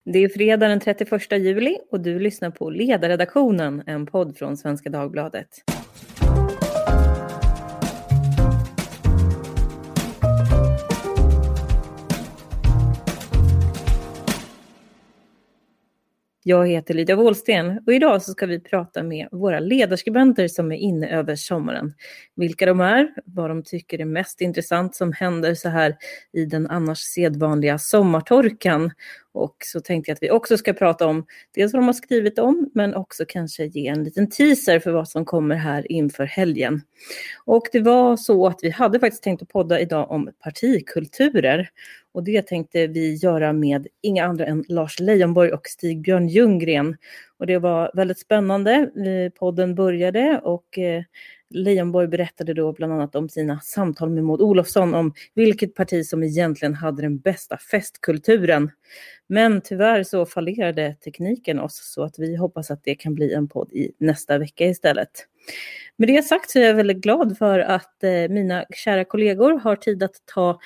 Det är fredag den 31 juli och du lyssnar på Ledarredaktionen, en podd från Svenska Dagbladet. Jag heter Lydia Wåhlsten och idag så ska vi prata med våra ledarskribenter som är inne över sommaren. Vilka de är, vad de tycker är mest intressant som händer så här i den annars sedvanliga sommartorkan. Och så tänkte jag att vi också ska prata om dels vad de har skrivit om, men också kanske ge en liten teaser för vad som kommer här inför helgen. Och det var så att vi hade faktiskt tänkt att podda idag om partikulturer. Och det tänkte vi göra med inga andra än Lars Leijonborg och Stig-Björn Ljunggren. Och det var väldigt spännande. Podden började och Leijonborg berättade då bland annat om sina samtal med Maud Olofsson om vilket parti som egentligen hade den bästa festkulturen. Men tyvärr så fallerade tekniken oss så att vi hoppas att det kan bli en podd i nästa vecka istället. Med det sagt så är jag väldigt glad för att mina kära kollegor har tid att ta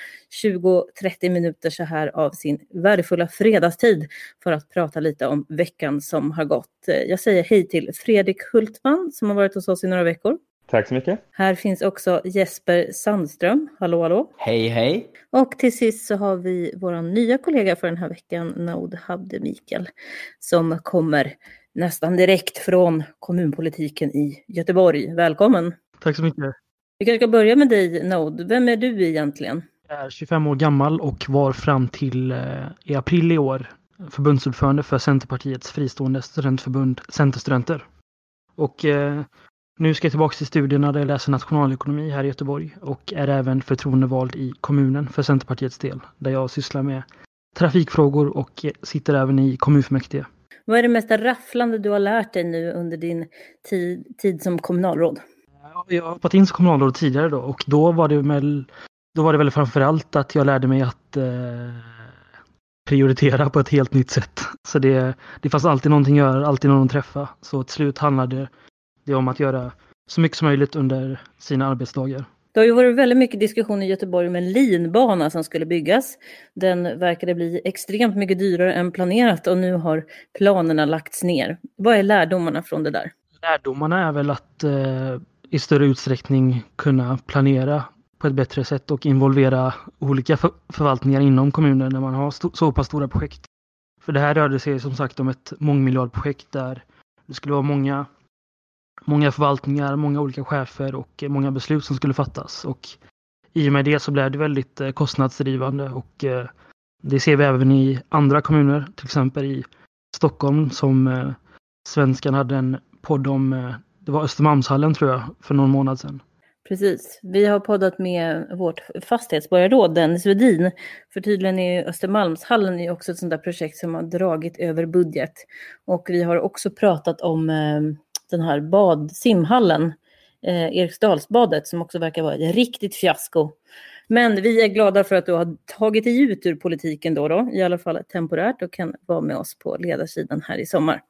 20-30 minuter så här av sin värdefulla fredagstid för att prata lite om veckan som har gått. Jag säger hej till Fredrik Hultman som har varit hos oss i några veckor. Tack så mycket. Här finns också Jesper Sandström. Hallå, hallå. Hej, hej. Och till sist så har vi vår nya kollega för den här veckan, Noud Habde Mikael, som kommer nästan direkt från kommunpolitiken i Göteborg. Välkommen. Tack så mycket. Vi kanske ska börja med dig, Noud. Vem är du egentligen? Jag är 25 år gammal och var fram till i april i år förbundsordförande för Centerpartiets fristående studentförbund Centerstudenter. Och nu ska jag tillbaka till studierna där jag läser nationalekonomi här i Göteborg och är även förtroendevald i kommunen för Centerpartiets del där jag sysslar med trafikfrågor och sitter även i kommunfullmäktige. Vad är det mest rafflande du har lärt dig nu under din tid som kommunalråd? Jag har hoppat in som kommunalråd tidigare då och då var det väl framförallt att jag lärde mig att prioritera på ett helt nytt sätt. Så det fanns alltid någonting att göra, alltid någon att träffa. Så till slut handlade det om att göra så mycket som möjligt under sina arbetsdagar. Det har ju varit väldigt mycket diskussion i Göteborg om en linbana som skulle byggas. Den verkade bli extremt mycket dyrare än planerat och nu har planerna lagts ner. Vad är lärdomarna från det där? Lärdomarna är väl att i större utsträckning kunna planera på ett bättre sätt och involvera olika förvaltningar inom kommunen när man har så pass stora projekt. För det här rörde sig som sagt om ett mångmiljardprojekt där det skulle vara många förvaltningar, många olika chefer och många beslut som skulle fattas. Och i och med det så blev det väldigt kostnadsdrivande och det ser vi även i andra kommuner, till exempel i Stockholm som Svenskan hade en podd om, det var Östermalmshallen tror jag, för någon månad sedan. Precis, vi har poddat med vårt fastighetsborgarråd Dennis Wedin, för tydligen är Östermalmshallen är också ett sånt där projekt som har dragit över budget. Och vi har också pratat om den här simhallen, Eriksdalsbadet, som också verkar vara ett riktigt fiasko. Men vi är glada för att du har tagit dig ut ur politiken då, i alla fall temporärt, och kan vara med oss på ledarsidan här i sommar.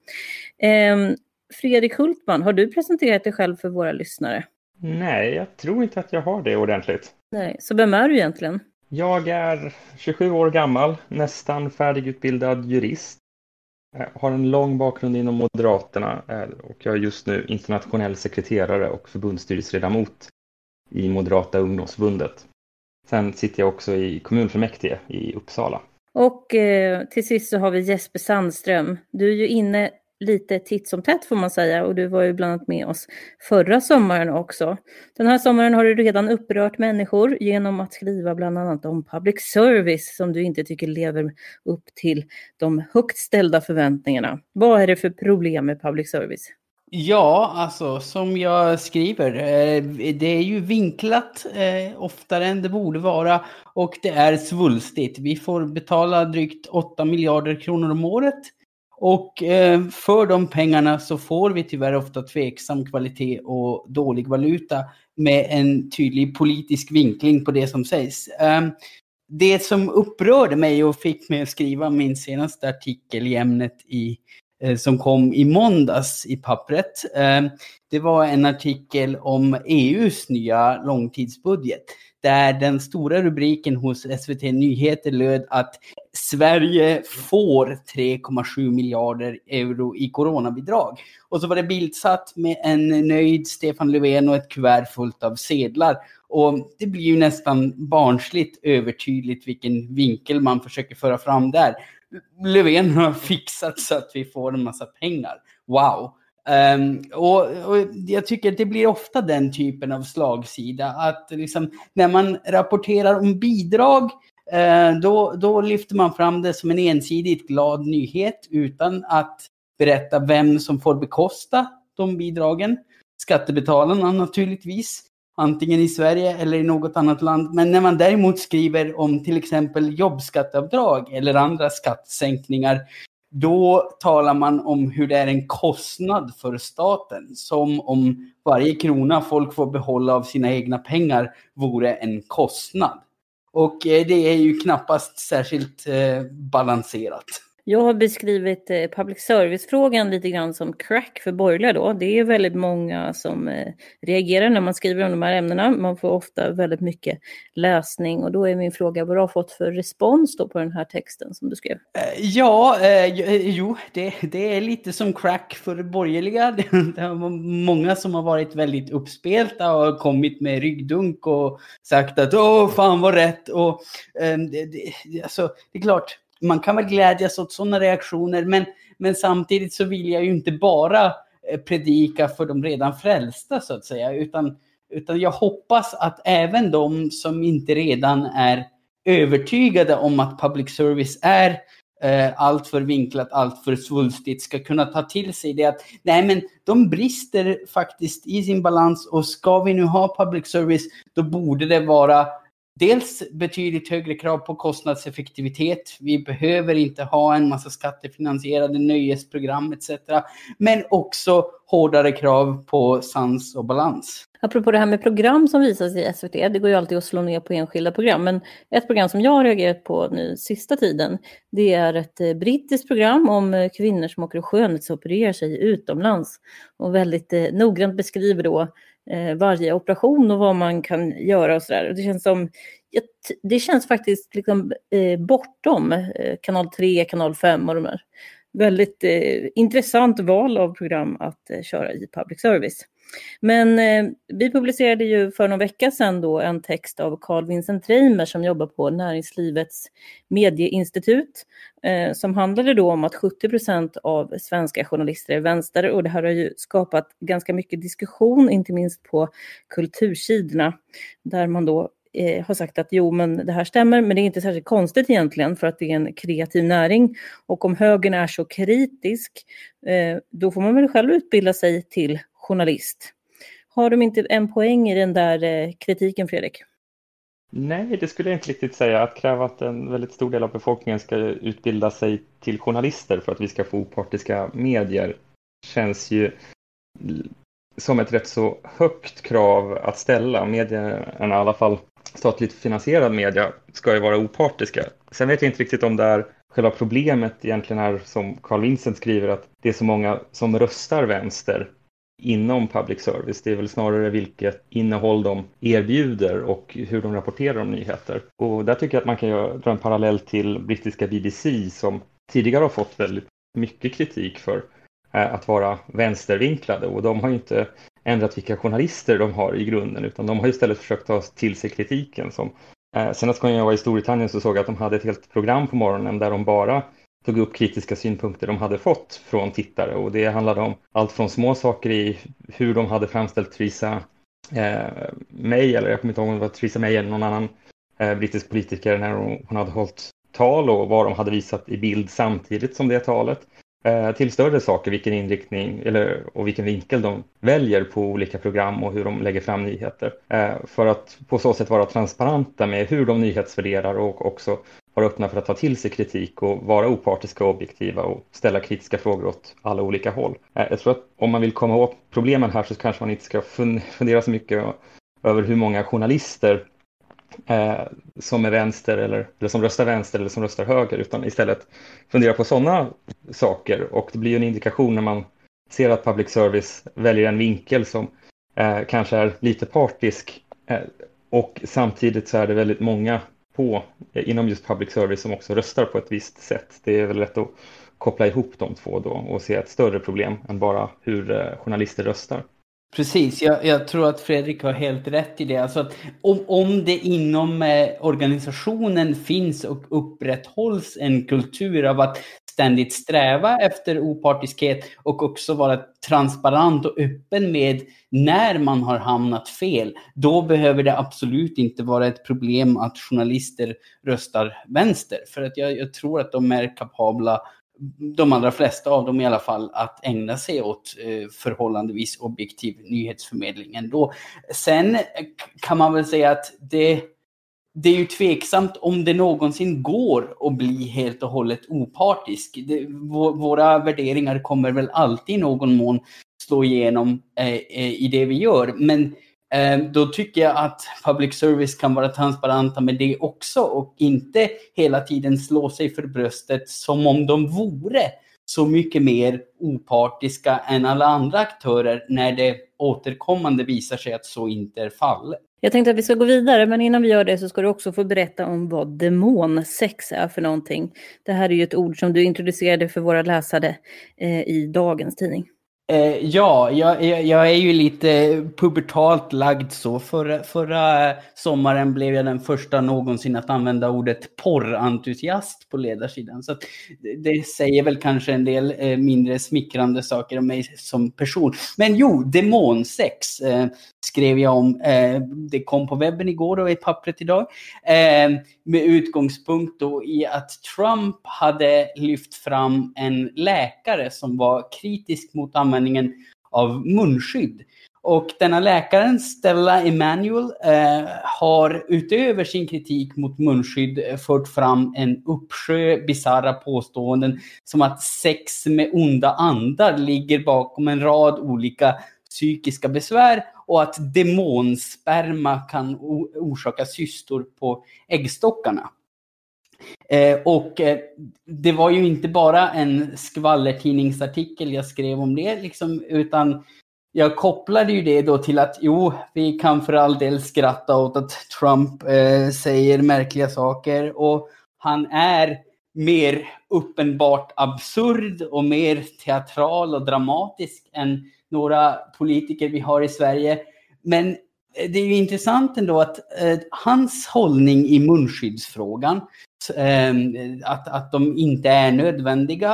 Fredrik Hultman, har du presenterat dig själv för våra lyssnare? Nej, jag tror inte att jag har det ordentligt. Nej, så vem är du egentligen? Jag är 27 år gammal, nästan färdigutbildad jurist. Jag har en lång bakgrund inom Moderaterna och jag är just nu internationell sekreterare och förbundsstyrelseledamot i Moderata ungdomsförbundet. Sen sitter jag också i kommunfullmäktige i Uppsala. Och till sist så har vi Jesper Sandström. Du är ju inne lite titt som tätt får man säga och du var ju bland annat med oss förra sommaren också. Den här sommaren har du redan upprört människor genom att skriva bland annat om public service som du inte tycker lever upp till de högt ställda förväntningarna. Vad är det för problem med public service? Ja, alltså som jag skriver, det är ju vinklat oftare än det borde vara och det är svulstigt. Vi får betala drygt 8 miljarder kronor om året. Och för de pengarna så får vi tyvärr ofta tveksam kvalitet och dålig valuta med en tydlig politisk vinkling på det som sägs. Det som upprörde mig och fick mig att skriva min senaste artikel i ämnet som kom i måndags i pappret. Det var en artikel om EUs nya långtidsbudget. Där den stora rubriken hos SVT Nyheter löd att Sverige får 3,7 miljarder euro i coronabidrag. Och så var det bildsatt med en nöjd Stefan Löfven och ett kuvert fullt av sedlar. Och det blir ju nästan barnsligt övertydligt vilken vinkel man försöker föra fram där. Löfven har fixat så att vi får en massa pengar. Wow! Och jag tycker att det blir ofta den typen av slagsida. Att liksom, när man rapporterar om bidrag, då lyfter man fram det som en ensidigt glad nyhet utan att berätta vem som får bekosta de bidragen. Skattebetalarna naturligtvis, antingen i Sverige eller i något annat land. Men när man däremot skriver om till exempel jobbskatteavdrag eller andra skattesänkningar, då talar man om hur det är en kostnad för staten. Som om varje krona folk får behålla av sina egna pengar vore en kostnad. Och det är ju knappast särskilt balanserat. Jag har beskrivit public service-frågan lite grann som crack för borgerliga då. Det är väldigt många som reagerar när man skriver om de här ämnena. Man får ofta väldigt mycket läsning och då är min fråga, vad har du fått för respons då på den här texten som du skrev? Det är lite som crack för borgerliga. Det är många som har varit väldigt uppspelta och kommit med ryggdunk och sagt att fan vad rätt. Och alltså, det är klart. Man kan väl glädjas åt sådana reaktioner, men samtidigt så vill jag ju inte bara predika för de redan frälsta så att säga, utan jag hoppas att även de som inte redan är övertygade om att public service är allt för vinklat, allt för svulstigt ska kunna ta till sig det att nej men de brister faktiskt i sin balans och ska vi nu ha public service då borde det vara dels betydligt högre krav på kostnadseffektivitet. Vi behöver inte ha en massa skattefinansierade nöjesprogram etc. Men också hårdare krav på sans och balans. Apropå det här med program som visas i SVT, det går ju alltid att slå ner på enskilda program. Men ett program som jag har reagerat på nu sista tiden, det är ett brittiskt program om kvinnor som åker och skönhetsopererar sig utomlands. Och väldigt noggrant beskriver då varje operation och vad man kan göra och sådär. Det känns faktiskt liksom bortom kanal 3, kanal 5 och de här. Väldigt intressant val av program att köra i public service. Men vi publicerade ju för någon vecka sedan då en text av Carl Vincent Reimer som jobbar på Näringslivets medieinstitut som handlade då om att 70% av svenska journalister är vänster och det här har ju skapat ganska mycket diskussion, inte minst på kultursidorna där man då har sagt att jo men det här stämmer men det är inte särskilt konstigt egentligen för att det är en kreativ näring och om högern är så kritisk då får man väl själv utbilda sig till journalist. Har de inte en poäng i den där kritiken, Fredrik? Nej, det skulle jag inte riktigt säga. Att kräva att en väldigt stor del av befolkningen ska utbilda sig till journalister för att vi ska få opartiska medier känns ju som ett rätt så högt krav att ställa. Medierna, i alla fall statligt finansierad media, ska ju vara opartiska. Sen vet jag inte riktigt om det är själva problemet egentligen är som Carl Vincent skriver att det är så många som röstar vänster inom public service. Det är väl snarare vilket innehåll de erbjuder och hur de rapporterar om nyheter. Och där tycker jag att man kan dra en parallell till brittiska BBC som tidigare har fått väldigt mycket kritik för att vara vänstervinklade. Och de har ju inte ändrat vilka journalister de har i grunden utan de har istället försökt ta till sig kritiken. Senast gången jag var i Storbritannien så såg jag att de hade ett helt program på morgonen där de bara tog upp kritiska synpunkter de hade fått från tittare och det handlade om allt från små saker i hur de hade framställt Theresa May, eller jag kommer inte ihåg om det var Theresa May eller någon annan brittisk politiker när hon hade hållit tal och vad de hade visat i bild samtidigt som det talet till större saker, vilken inriktning och vilken vinkel de väljer på olika program och hur de lägger fram nyheter för att på så sätt vara transparenta med hur de nyhetsvärderar och också vara öppna för att ta till sig kritik och vara opartiska och objektiva och ställa kritiska frågor åt alla olika håll. Jag tror att om man vill komma åt problemen här så kanske man inte ska fundera så mycket över hur många journalister som är vänster eller som röstar vänster eller som röstar höger utan istället fundera på sådana saker och det blir ju en indikation när man ser att public service väljer en vinkel som kanske är lite partisk och samtidigt så är det väldigt många inom just public service som också röstar på ett visst sätt. Det är väl lätt att koppla ihop de två då och se ett större problem än bara hur journalister röstar. Precis, jag tror att Fredrik har helt rätt i det. Alltså att om det inom organisationen finns och upprätthålls en kultur av att ständigt sträva efter opartiskhet och också vara transparent och öppen med när man har hamnat fel, då behöver det absolut inte vara ett problem att journalister röstar vänster. För att jag tror att de är kapabla, de allra flesta av dem i alla fall, att ägna sig åt förhållandevis objektiv nyhetsförmedling ändå. Sen kan man väl säga att det är ju tveksamt om det någonsin går att bli helt och hållet opartisk. Våra värderingar kommer väl alltid i någon mån slå igenom i det vi gör. Men då tycker jag att public service kan vara transparenta med det också och inte hela tiden slå sig för bröstet som om de vore så mycket mer opartiska än alla andra aktörer när det återkommande visar sig att så inte är fallet. Jag tänkte att vi ska gå vidare, men innan vi gör det så ska du också få berätta om vad demonsex är för någonting. Det här är ju ett ord som du introducerade för våra läsare i dagens tidning. Ja, jag är ju lite pubertalt lagd så. Förra sommaren blev jag den första någonsin att använda ordet porrentusiast på ledarsidan. Så att det säger väl kanske en del mindre smickrande saker om mig som person. Men jo, demonsex skrev jag om. Det kom på webben igår och i pappret idag. Med utgångspunkt då i att Trump hade lyft fram en läkare som var kritisk mot användningen av munskydd. Och denna läkaren, Stella Emanuel, har utöver sin kritik mot munskydd fört fram en uppsjö bizarra påståenden som att sex med onda andar ligger bakom en rad olika psykiska besvär och att demonsperma kan orsaka cystor på äggstockarna. Och det var ju inte bara en skvallertidningsartikel jag skrev om det liksom, utan jag kopplade ju det då till att vi kan för all del skratta åt att Trump säger märkliga saker och han är mer uppenbart absurd och mer teatral och dramatisk än några politiker vi har i Sverige. Men det är ju intressant ändå att hans hållning i munskyddsfrågan, att de inte är nödvändiga,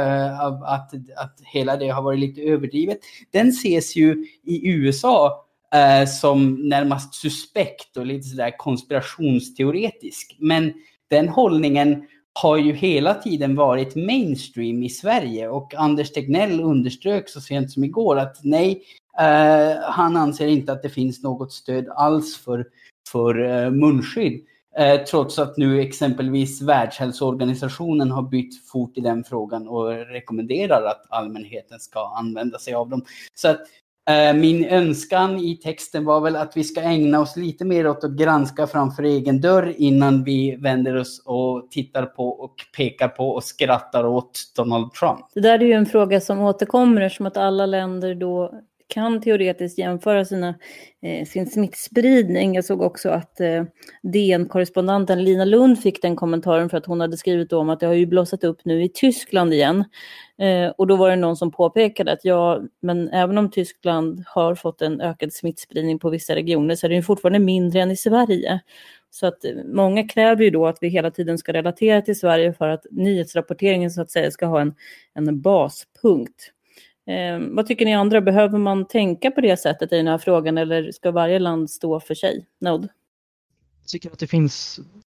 att hela det har varit lite överdrivet, den ses ju i USA som närmast suspekt och lite sådär konspirationsteoretisk. Men den hållningen har ju hela tiden varit mainstream i Sverige och Anders Tegnell underströk så sent som igår att nej, han anser inte att det finns något stöd alls för munskydd. Trots att nu exempelvis Världshälsoorganisationen har bytt fot i den frågan och rekommenderar att allmänheten ska använda sig av dem. Så att min önskan i texten var väl att vi ska ägna oss lite mer åt att granska framför egen dörr innan vi vänder oss och tittar på och pekar på och skrattar åt Donald Trump. Det där är ju en fråga som återkommer eftersom att alla länder då kan teoretiskt jämföra sin smittspridning. Jag såg också att DN-korrespondenten Lina Lund fick den kommentaren för att hon hade skrivit om att det har ju blossat upp nu i Tyskland igen. Och då var det någon som påpekade att men även om Tyskland har fått en ökad smittspridning på vissa regioner så är det ju fortfarande mindre än i Sverige. Så att många kräver ju då att vi hela tiden ska relatera till Sverige för att nyhetsrapporteringen så att säga ska ha en baspunkt. Vad tycker ni andra? Behöver man tänka på det sättet i den här frågan eller ska varje land stå för sig? Nod? Jag tycker att det finns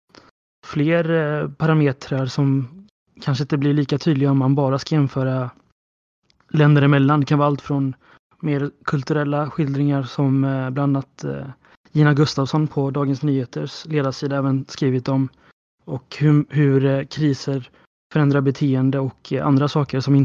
fler parametrar som kanske inte blir lika tydliga om man bara ska jämföra länder emellan. Det kan vara allt från mer kulturella skildringar som bland annat Gina Gustafsson på Dagens Nyheters ledarsida även skrivit om och hur kriser förändrar beteende och andra saker som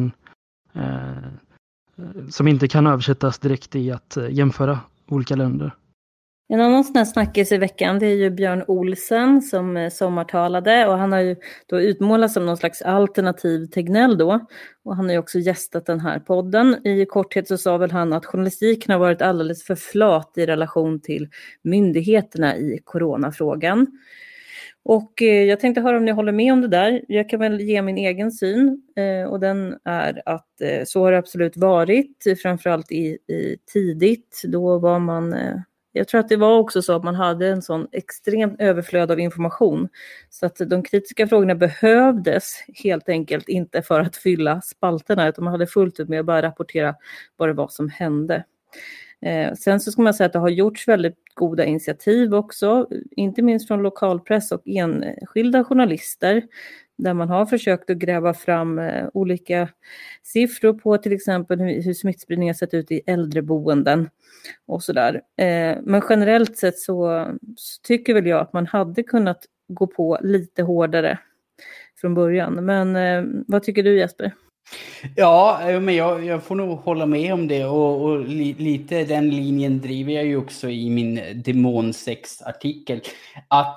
inte kan översättas direkt i att jämföra olika länder. En annan sån här snackis i veckan det är ju Björn Olsen som sommartalade och han har ju då utmålats som någon slags alternativ Tegnell då och han har ju också gästat den här podden. I korthet så sa väl han att journalistiken har varit alldeles för flat i relation till myndigheterna i coronafrågan. Och jag tänkte höra om ni håller med om det där. Jag kan väl ge min egen syn och den är att så har det absolut varit, framförallt i tidigt. Då var man, jag tror att det var också så att man hade en sån extremt överflöd av information. Så att de kritiska frågorna behövdes helt enkelt inte för att fylla spalterna, utan man hade fullt upp med att bara rapportera vad det var som hände. Sen så ska man säga att det har gjorts väldigt goda initiativ också, inte minst från lokalpress och enskilda journalister, där man har försökt att gräva fram olika siffror på till exempel hur smittspridningen har sett ut i äldreboenden och sådär. Men generellt sett så tycker väl jag att man hade kunnat gå på lite hårdare från början. Men vad tycker du, Jesper? Ja, men jag får nog hålla med om det och lite den linjen driver jag ju också i min Demon 6-artikel. Att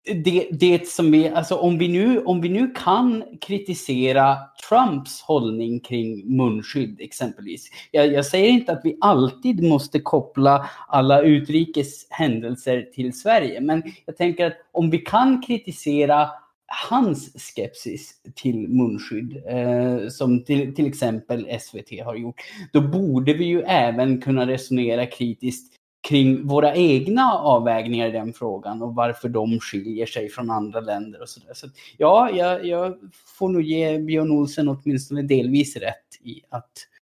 det som vi, alltså om vi nu kan kritisera Trumps hållning kring munskydd exempelvis. Jag säger inte att vi alltid måste koppla alla utrikes händelser till Sverige, men jag tänker att om vi kan kritisera hans skepsis till munskydd, som till exempel SVT har gjort, då borde vi ju även kunna resonera kritiskt kring våra egna avvägningar i den frågan och varför de skiljer sig från andra länder och sådär. Så ja, jag får nog ge Björn Olsen åtminstone delvis rätt i att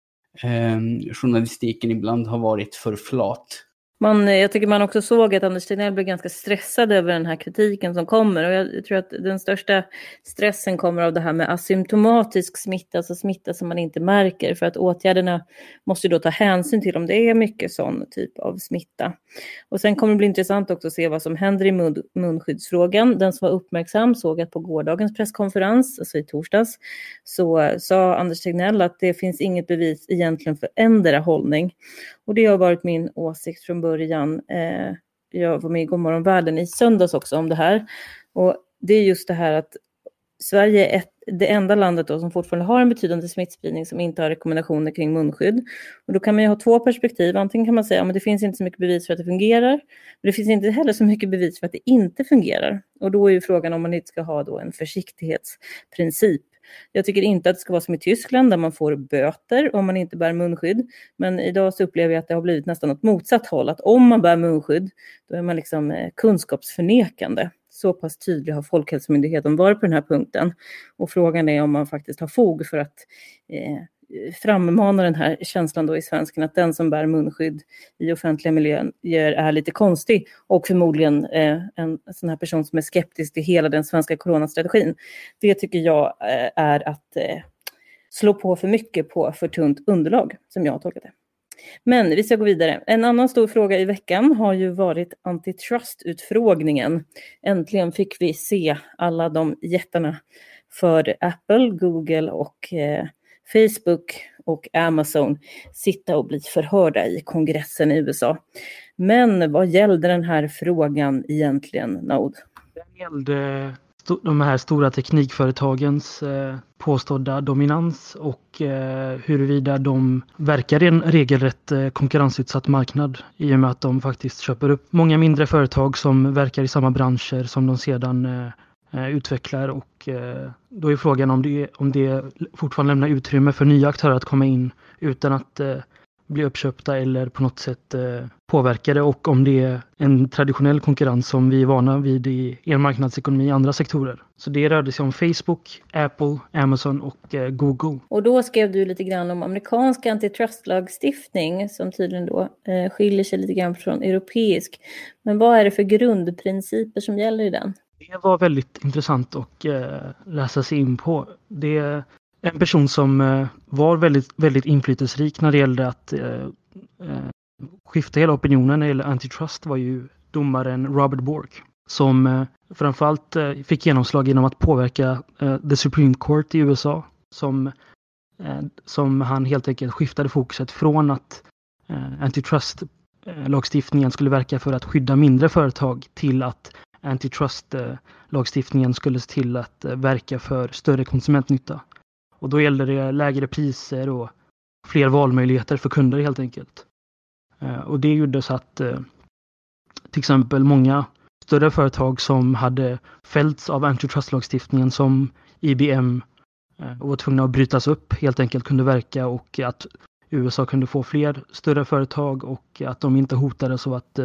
journalistiken ibland har varit för flat. Jag tycker man också såg att Anders Tegnell blev ganska stressad över den här kritiken som kommer. Och jag tror att den största stressen kommer av det här med asymptomatisk smitta, alltså smitta som man inte märker. För att åtgärderna måste då ta hänsyn till om det är mycket sån typ av smitta. Och sen kommer det bli intressant också att se vad som händer i munskyddsfrågan. Den som var uppmärksam såg att på gårdagens presskonferens, alltså i torsdags, så sa Anders Tegnell att det finns inget bevis egentligen för ändra hållning. Och det har varit min åsikt från början. Jag var med i Godmorgonvärlden i söndags också om det här. Och det är just det här att Sverige är det enda landet då som fortfarande har en betydande smittspridning som inte har rekommendationer kring munskydd. Och då kan man ju ha två perspektiv. Antingen kan man säga att det finns inte så mycket bevis för att det fungerar. Men det finns inte heller så mycket bevis för att det inte fungerar. Och då är ju frågan om man inte ska ha då en försiktighetsprincip. Jag tycker inte att det ska vara som i Tyskland där man får böter om man inte bär munskydd. Men idag så upplever jag att det har blivit nästan åt motsatt håll. Att om man bär munskydd då är man liksom kunskapsförnekande. Så pass tydlig har Folkhälsomyndigheten varit på den här punkten. Och frågan är om man faktiskt har fog för att frammana den här känslan då i svensken att den som bär munskydd i offentliga miljöer är lite konstig och förmodligen en sån här person som är skeptisk till hela den svenska coronastrategin. Det tycker jag är att slå på för mycket på för tunt underlag som jag har tolkat det. Men vi ska gå vidare. En annan stor fråga i veckan har ju varit antitrust-utfrågningen. Äntligen fick vi se alla de jättarna för Apple, Google och Facebook och Amazon sitta och bli förhörda i kongressen i USA. Men vad gällde den här frågan egentligen, Naud? Den gällde de här stora teknikföretagens påstådda dominans och huruvida de verkar i en regelrätt konkurrensutsatt marknad i och med att de faktiskt köper upp många mindre företag som verkar i samma branscher som de sedan utvecklar, och då är frågan om det fortfarande lämnar utrymme för nya aktörer att komma in utan att bli uppköpta eller på något sätt påverkade, och om det är en traditionell konkurrens som vi är vana vid i en marknadsekonomi i andra sektorer. Så det rörde sig om Facebook, Apple, Amazon och Google. Och då skrev du lite grann om amerikansk antitrustlagstiftning som tydligen då skiljer sig lite grann från europeisk. Men vad är det för grundprinciper som gäller i den? Det var väldigt intressant att läsa sig in på. Det är en person som var väldigt, väldigt inflytelserik när det gällde att skifta hela opinionen när det gäller antitrust var ju domaren Robert Bork, som framförallt fick genomslag genom att påverka The Supreme Court i USA, som han helt enkelt skiftade fokuset från att antitrust-lagstiftningen skulle verka för att skydda mindre företag till att antitrust-lagstiftningen skulle se till att verka för större konsumentnytta. Och då gällde det lägre priser och fler valmöjligheter för kunder helt enkelt. Och det gjorde så att till exempel många större företag som hade fällts av antitrust-lagstiftningen som IBM och var tvungna att brytas upp, helt enkelt kunde verka, och att USA kunde få fler större företag och att de inte hotades av att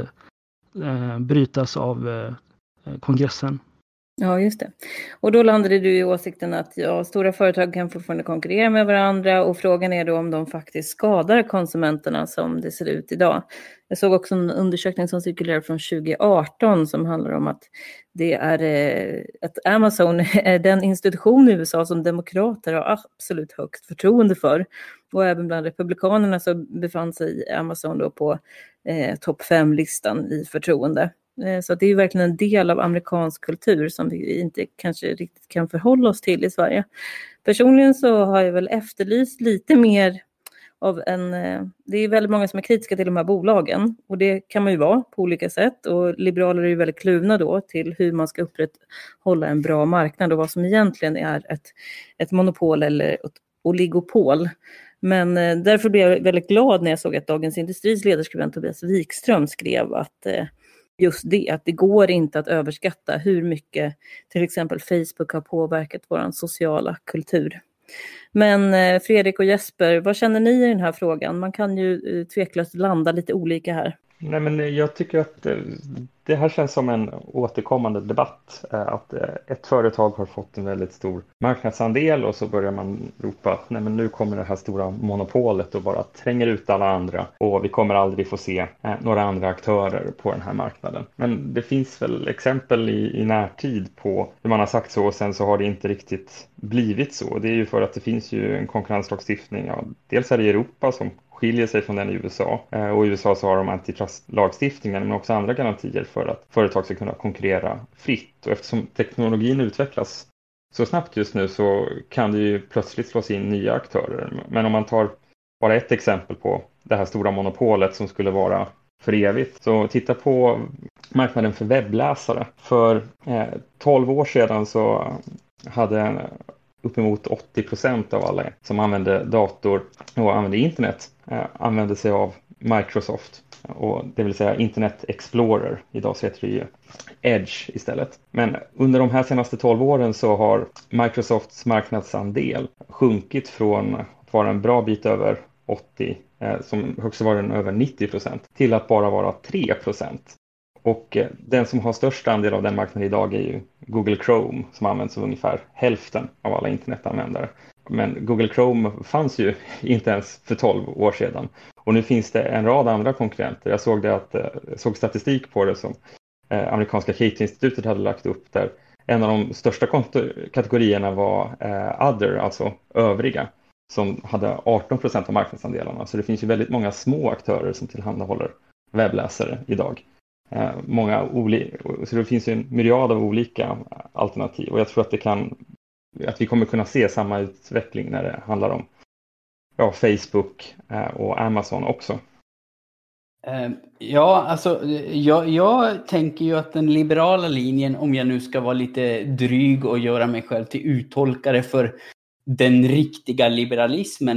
brytas av kongressen. Ja, just det. Och då landade du i åsikten att stora företag kan fortfarande konkurrera med varandra, och frågan är då om de faktiskt skadar konsumenterna som det ser ut idag. Jag såg också en undersökning som cirkulerar från 2018 som handlar om att det är att Amazon är den institution i USA som demokrater har absolut högst förtroende för. Och även bland republikanerna så befann sig Amazon då på topp 5-listan i förtroende. Så att det är verkligen en del av amerikansk kultur som vi inte kanske riktigt kan förhålla oss till i Sverige. Personligen så har jag väl efterlyst lite mer av det är väldigt många som är kritiska till de här bolagen, och det kan man ju vara på olika sätt, och liberaler är ju väldigt kluvna då till hur man ska upprätthålla en bra marknad och vad som egentligen är ett monopol eller ett oligopol. Men därför blev jag väldigt glad när jag såg att Dagens Industris ledarskribent Tobias Wikström skrev att just det, att det går inte att överskatta hur mycket till exempel Facebook har påverkat vår sociala kultur. Men Fredrik och Jesper, vad känner ni i den här frågan? Man kan ju tveklöst landa lite olika här. Nej, men jag tycker att det här känns som en återkommande debatt. Att ett företag har fått en väldigt stor marknadsandel och så börjar man ropa att nej, men nu kommer det här stora monopolet och bara tränger ut alla andra. Och vi kommer aldrig få se några andra aktörer på den här marknaden. Men det finns väl exempel i närtid på hur man har sagt så, och sen så har det inte riktigt blivit så. Det är ju för att det finns ju en konkurrenslagstiftning. Ja, dels är det i Europa som skiljer sig från den i USA. Och i USA så har de antitrust-lagstiftningen, men också andra garantier för att företag ska kunna konkurrera fritt. Och eftersom teknologin utvecklas så snabbt just nu så kan det ju plötsligt slås in nya aktörer. Men om man tar bara ett exempel på det här stora monopolet som skulle vara för evigt, så titta på marknaden för webbläsare. För 12 år sedan så hade uppemot 80% av alla som använde dator och använde internet använde sig av Microsoft, och det vill säga Internet Explorer. Idag så heter det ju Edge istället. Men under de här senaste 12 åren så har Microsofts marknadsandel sjunkit från att vara en bra bit över 80, som högst var den över 90%, till att bara vara 3%. Och den som har störst andel av den marknaden idag är ju Google Chrome, som används av ungefär hälften av alla internetanvändare. Men Google Chrome fanns ju inte ens för 12 år sedan. Och nu finns det en rad andra konkurrenter. Jag såg statistik på det som amerikanska Cato-institutet hade lagt upp, där en av de största kategorierna var other, alltså övriga, som hade 18% av marknadsandelarna. Så det finns ju väldigt många små aktörer som tillhandahåller webbläsare idag. Så det finns ju en myriad av olika alternativ, och jag tror att vi kommer kunna se samma utveckling när det handlar om Facebook och Amazon också. Ja, alltså jag tänker ju att den liberala linjen, om jag nu ska vara lite dryg och göra mig själv till uttolkare för den riktiga liberalismen,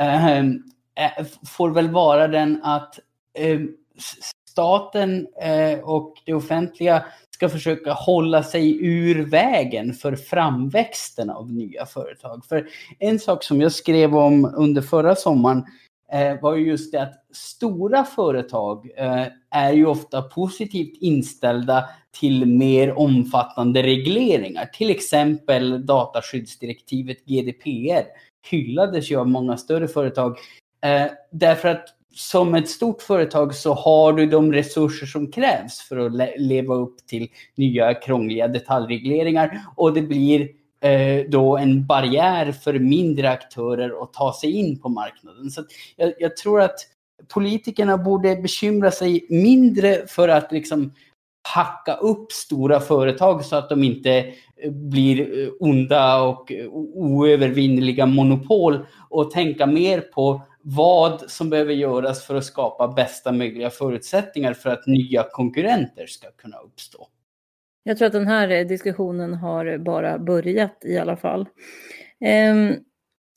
får väl vara den att staten och det offentliga ska försöka hålla sig ur vägen för framväxten av nya företag. För en sak som jag skrev om under förra sommaren var ju just det att stora företag är ju ofta positivt inställda till mer omfattande regleringar. Till exempel dataskyddsdirektivet GDPR hyllades ju av många större företag därför att som ett stort företag så har du de resurser som krävs för att leva upp till nya krångliga detaljregleringar, och det blir då en barriär för mindre aktörer att ta sig in på marknaden. Så jag tror att politikerna borde bekymra sig mindre för att liksom hacka upp stora företag så att de inte blir onda och oövervinneliga monopol, och tänka mer på vad som behöver göras för att skapa bästa möjliga förutsättningar för att nya konkurrenter ska kunna uppstå. Jag tror att den här diskussionen har bara börjat i alla fall.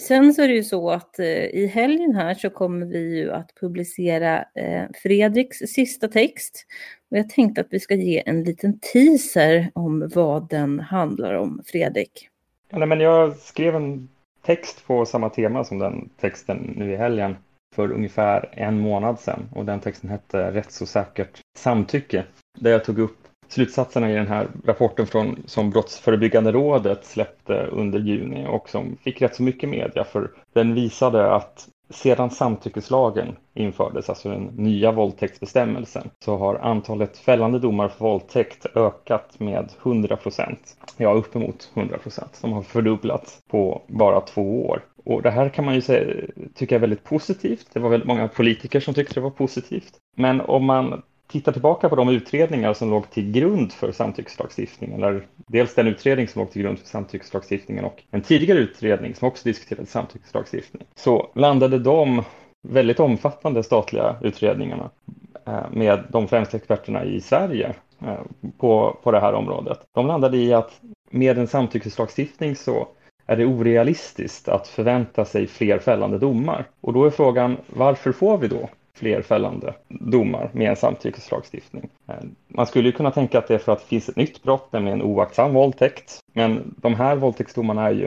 Sen så är det ju så att i helgen här så kommer vi ju att publicera Fredriks sista text. Och jag tänkte att vi ska ge en liten teaser om vad den handlar om, Fredrik. Ja, men jag skrev en text på samma tema som den texten nu i helgen för ungefär 1 månad sedan. Och den texten hette Rättsosäkert samtycke. Där jag tog upp slutsatserna i den här rapporten som Brottsförebyggande rådet släppte under juni och som fick rätt så mycket media, för den visade att sedan samtyckeslagen infördes, alltså den nya våldtäktsbestämmelsen, så har antalet fällande domar för våldtäkt ökat med 100%. Ja, uppemot 100%. De har fördubblats på bara 2 år. Och det här kan man ju tycka är väldigt positivt. Det var väldigt många politiker som tyckte det var positivt. Men om man tittar tillbaka på de utredningar som låg till grund för samtyckeslagstiftningen, eller dels den utredning som låg till grund för samtyckeslagstiftningen och en tidigare utredning som också diskuterade samtyckeslagstiftning, så landade de väldigt omfattande statliga utredningarna med de främsta experterna i Sverige på det här området. De landade i att med en samtyckeslagstiftning så är det orealistiskt att förvänta sig fler fällande domar. Och då är frågan, varför får vi då fler fällande domar med en samtyckeslagstiftning? Man skulle ju kunna tänka att det är för att det finns ett nytt brott, nämligen oaktsam våldtäkt. Men de här våldtäktsdomarna är ju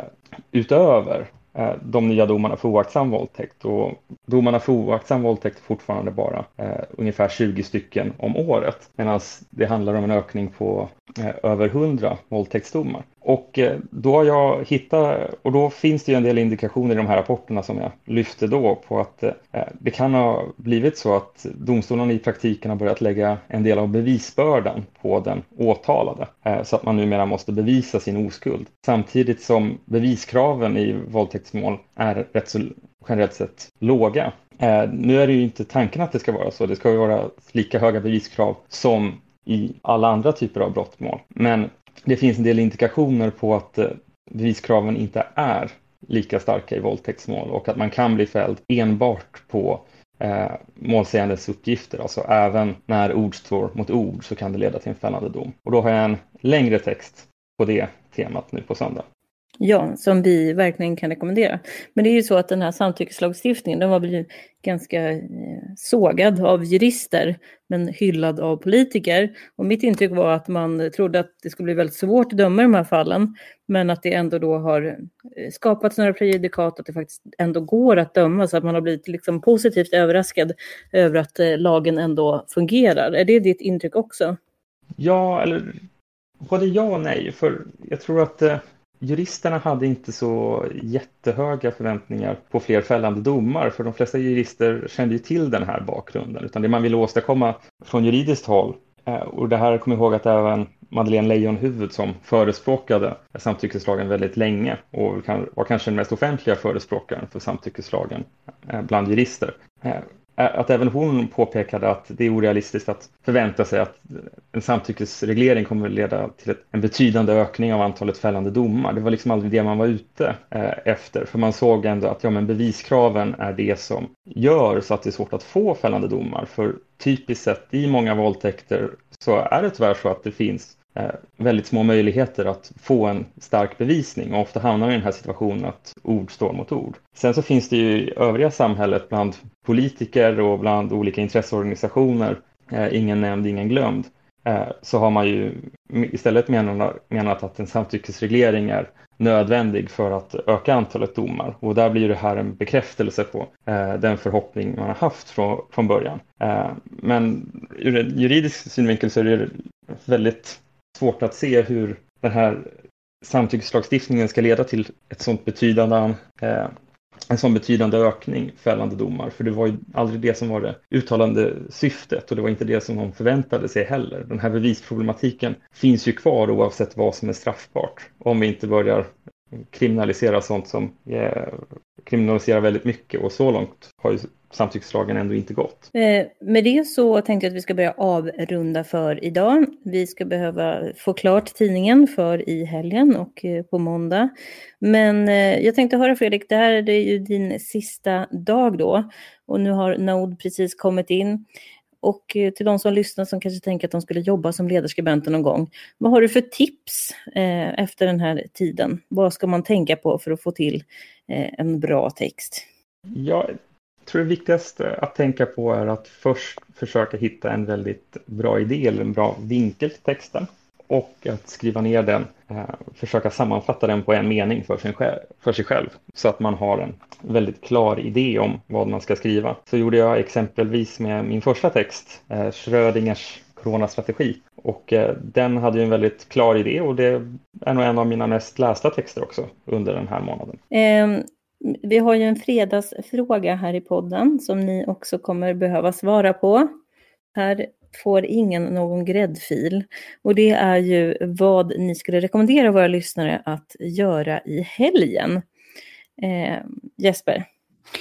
utöver de nya domarna för oaktsam våldtäkt. Och domarna för oaktsam våldtäkt är fortfarande bara ungefär 20 stycken om året. Medan det handlar om en ökning på över 100 våldtäktsdomar. Och då har jag hittat, och då finns det ju en del indikationer i de här rapporterna som jag lyfte då på att det kan ha blivit så att domstolarna i praktiken har börjat lägga en del av bevisbördan på den åtalade. Så att man numera måste bevisa sin oskuld. Samtidigt som beviskraven i våldtäktsmål är rätt så generellt sett låga. Nu är det ju inte tanken att det ska vara så. Det ska ju vara lika höga beviskrav som i alla andra typer av brottmål. Men det finns en del indikationer på att beviskraven inte är lika starka i våldtäktsmål och att man kan bli fälld enbart på målsägandes uppgifter. Alltså även när ord står mot ord så kan det leda till en fällande dom. Och då har jag en längre text på det temat nu på söndag. Ja, som vi verkligen kan rekommendera. Men det är ju så att den här samtyckeslagstiftningen, den var väl ganska sågad av jurister men hyllad av politiker. Och mitt intryck var att man trodde att det skulle bli väldigt svårt att döma i de här fallen, men att det ändå då har skapats några prejudikat att det faktiskt ändå går att döma, så att man har blivit liksom positivt överraskad över att lagen ändå fungerar. Är det ditt intryck också? Ja, eller både ja och nej. För jag tror att juristerna hade inte så jättehöga förväntningar på fler fällande domar, för de flesta jurister kände ju till den här bakgrunden, utan det man ville åstadkomma från juridiskt håll, och det här kommer jag ihåg att även Madeleine Leijonhufvud som förespråkade samtyckeslagen väldigt länge och var kanske den mest offentliga förespråkaren för samtyckeslagen bland jurister. Att även hon påpekade att det är orealistiskt att förvänta sig att en samtyckesreglering kommer att leda till en betydande ökning av antalet fällande domar. Det var liksom aldrig det man var ute efter. För man såg ändå att beviskraven är det som gör så att det är svårt att få fällande domar. För typiskt sett i många våldtäkter så är det tyvärr så att det finns väldigt små möjligheter att få en stark bevisning, och ofta hamnar vi i den här situationen att ord står mot ord. Sen så finns det ju i övriga samhället bland politiker och bland olika intresseorganisationer, ingen nämnd, ingen glömd, så har man ju istället menat att en samtyckesreglering är nödvändig för att öka antalet domar, och där blir det här en bekräftelse på den förhoppning man har haft från början. Men ur en juridisk synvinkel så är det väldigt svårt att se hur den här samtyckeslagstiftningen ska leda till en sån betydande ökning fällande domar. För det var ju aldrig det som var det uttalande syftet, och det var inte det som de förväntade sig heller. Den här bevisproblematiken finns ju kvar oavsett vad som är straffbart. Om vi inte börjar kriminalisera sånt som kriminaliserar väldigt mycket, och så långt har ju samtyckeslagen ändå inte gått. Med det så tänkte jag att vi ska börja avrunda för idag. Vi ska behöva få klart tidningen för i helgen och på måndag. Men jag tänkte höra, Fredrik, det här är ju din sista dag då. Och nu har Nod precis kommit in. Och till de som lyssnar som kanske tänker att de skulle jobba som ledarskribenter någon gång. Vad har du för tips efter den här tiden? Vad ska man tänka på för att få till en bra text? Jag tror det viktigaste att tänka på är att först försöka hitta en väldigt bra idé eller en bra vinkel till texten. Och att skriva ner den, försöka sammanfatta den på en mening för sig själv. Så att man har en väldigt klar idé om vad man ska skriva. Så gjorde jag exempelvis med min första text, Schrödingers coronastrategi. Och den hade ju en väldigt klar idé och det är nog en av mina mest lästa texter också under den här månaden. Vi har ju en fredagsfråga här i podden som ni också kommer behöva svara på. Här får ingen någon gräddfil. Och det är ju vad ni skulle rekommendera våra lyssnare att göra i helgen. Jesper?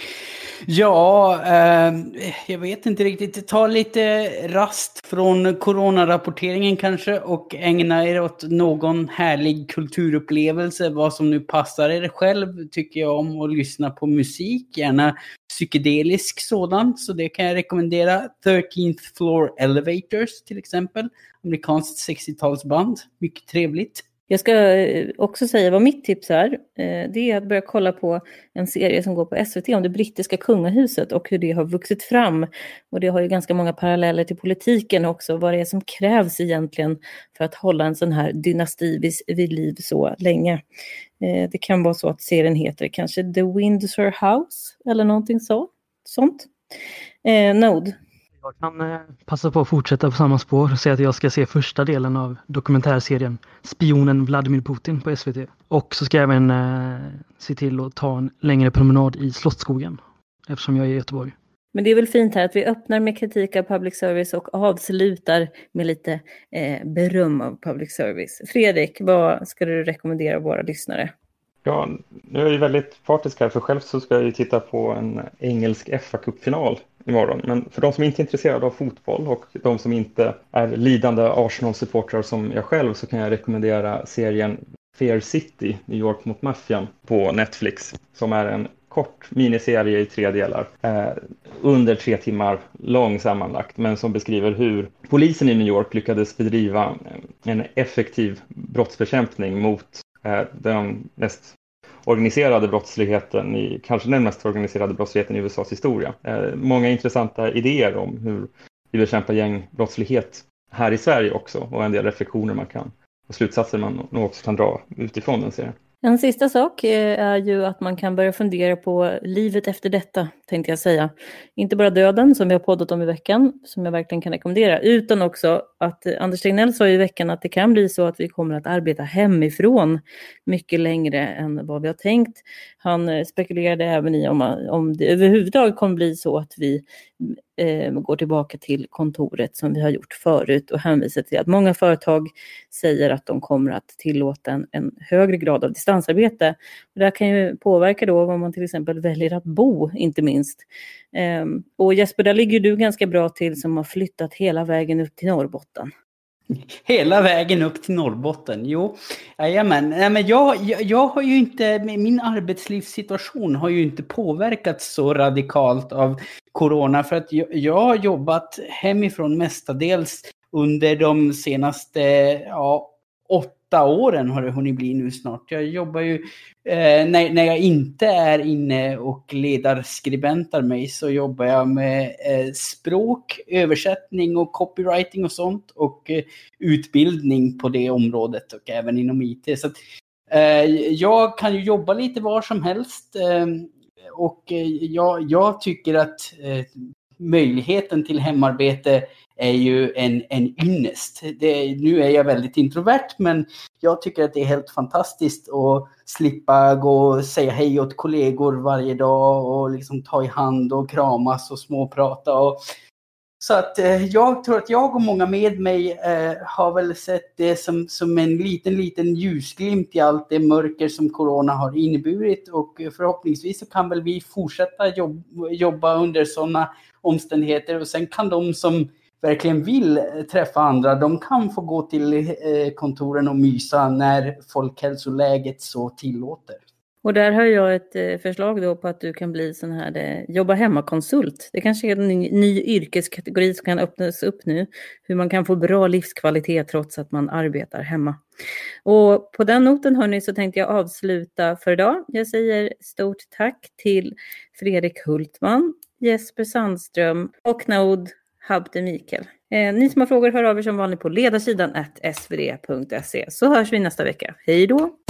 Ja, jag vet inte riktigt. Ta lite rast från coronarapporteringen kanske och ägna er åt någon härlig kulturupplevelse. Vad som nu passar er själv tycker jag om att lyssna på musik. Gärna psykedelisk sådan. Så det kan jag rekommendera. 13th Floor Elevators till exempel. Amerikanskt 60-talsband. Mycket trevligt. Jag ska också säga vad mitt tips är. Det är att börja kolla på en serie som går på SVT om det brittiska kungahuset och hur det har vuxit fram. Och det har ju ganska många paralleller till politiken också. Vad det är som krävs egentligen för att hålla en sån här dynasti vid liv så länge. Det kan vara så att serien heter kanske The Windsor House eller någonting sånt. Node. Jag kan passa på att fortsätta på samma spår och säga att jag ska se första delen av dokumentärserien Spionen Vladimir Putin på SVT. Och så ska jag även se till att ta en längre promenad i Slottsskogen eftersom jag är i Göteborg. Men det är väl fint här att vi öppnar med kritik av public service och avslutar med lite beröm av public service. Fredrik, vad ska du rekommendera våra lyssnare? Ja, nu är jag ju väldigt partisk här för själv så ska jag ju titta på en engelsk FA-cupfinal imorgon. Men för de som inte är intresserade av fotboll och de som inte är lidande Arsenal-supportrar som jag själv så kan jag rekommendera serien Fear City, New York mot maffian på Netflix som är en kort miniserie i 3 delar under 3 timmar lång sammanlagt men som beskriver hur polisen i New York lyckades bedriva en effektiv brottsbekämpning mot den mest organiserade brottsligheten kanske den mest organiserade brottsligheten i USAs historia. Många intressanta idéer om hur vi bekämpar gängbrottslighet här i Sverige också och en del reflektioner man kan och slutsatser man nog också kan dra utifrån den serien. En sista sak är ju att man kan börja fundera på livet efter detta, tänkte jag säga. Inte bara döden, som vi har poddat om i veckan, som jag verkligen kan rekommendera, utan också att Anders Tegnell sa i veckan att det kan bli så att vi kommer att arbeta hemifrån mycket längre än vad vi har tänkt. Han spekulerade även i om det överhuvudtaget kommer bli så att vi går tillbaka till kontoret som vi har gjort förut och hänvisar till att många företag säger att de kommer att tillåta en högre grad av distansarbete. Och det här kan ju påverka då om man till exempel väljer att bo, inte minst. Och Jesper, där ligger du ganska bra till som har flyttat hela vägen upp till Norrbotten. Hela vägen upp till Norrbotten, jo. Jajamän. Nej, men jag har ju inte, min arbetslivssituation har ju inte påverkats så radikalt av corona för att jag har jobbat hemifrån mestadels under de senaste 8 åren har det hunnit bli nu snart. Jag jobbar ju, när jag inte är inne och ledarskribenter mig så jobbar jag med språk, översättning och copywriting och sånt och utbildning på det området och även inom IT. Så att, jag kan ju jobba lite var som helst och jag tycker att möjligheten till hemarbete är ju en ynnest. Nu är jag väldigt introvert men jag tycker att det är helt fantastiskt att slippa gå och säga hej åt kollegor varje dag och liksom ta i hand och kramas och småprata. Så att jag tror att jag och många med mig har väl sett det som en liten ljusglimt i allt det mörker som corona har inneburit och förhoppningsvis så kan väl vi fortsätta jobba under sådana omständigheter och sen kan de som verkligen vill träffa andra, de kan få gå till kontoren och mysa när folkhälsoläget så tillåter. Och där har jag ett förslag då på att du kan bli sån här jobba hemma-konsult. Det kanske är en ny yrkeskategori som kan öppnas upp nu. Hur man kan få bra livskvalitet trots att man arbetar hemma. Och på den noten hörni så tänkte jag avsluta för idag. Jag säger stort tack till Fredrik Hultman, Jesper Sandström och Naud Habte Mikael. Ni som har frågor hör av er som vanligt på ledarsidan @svd.se. Så hörs vi nästa vecka. Hej då!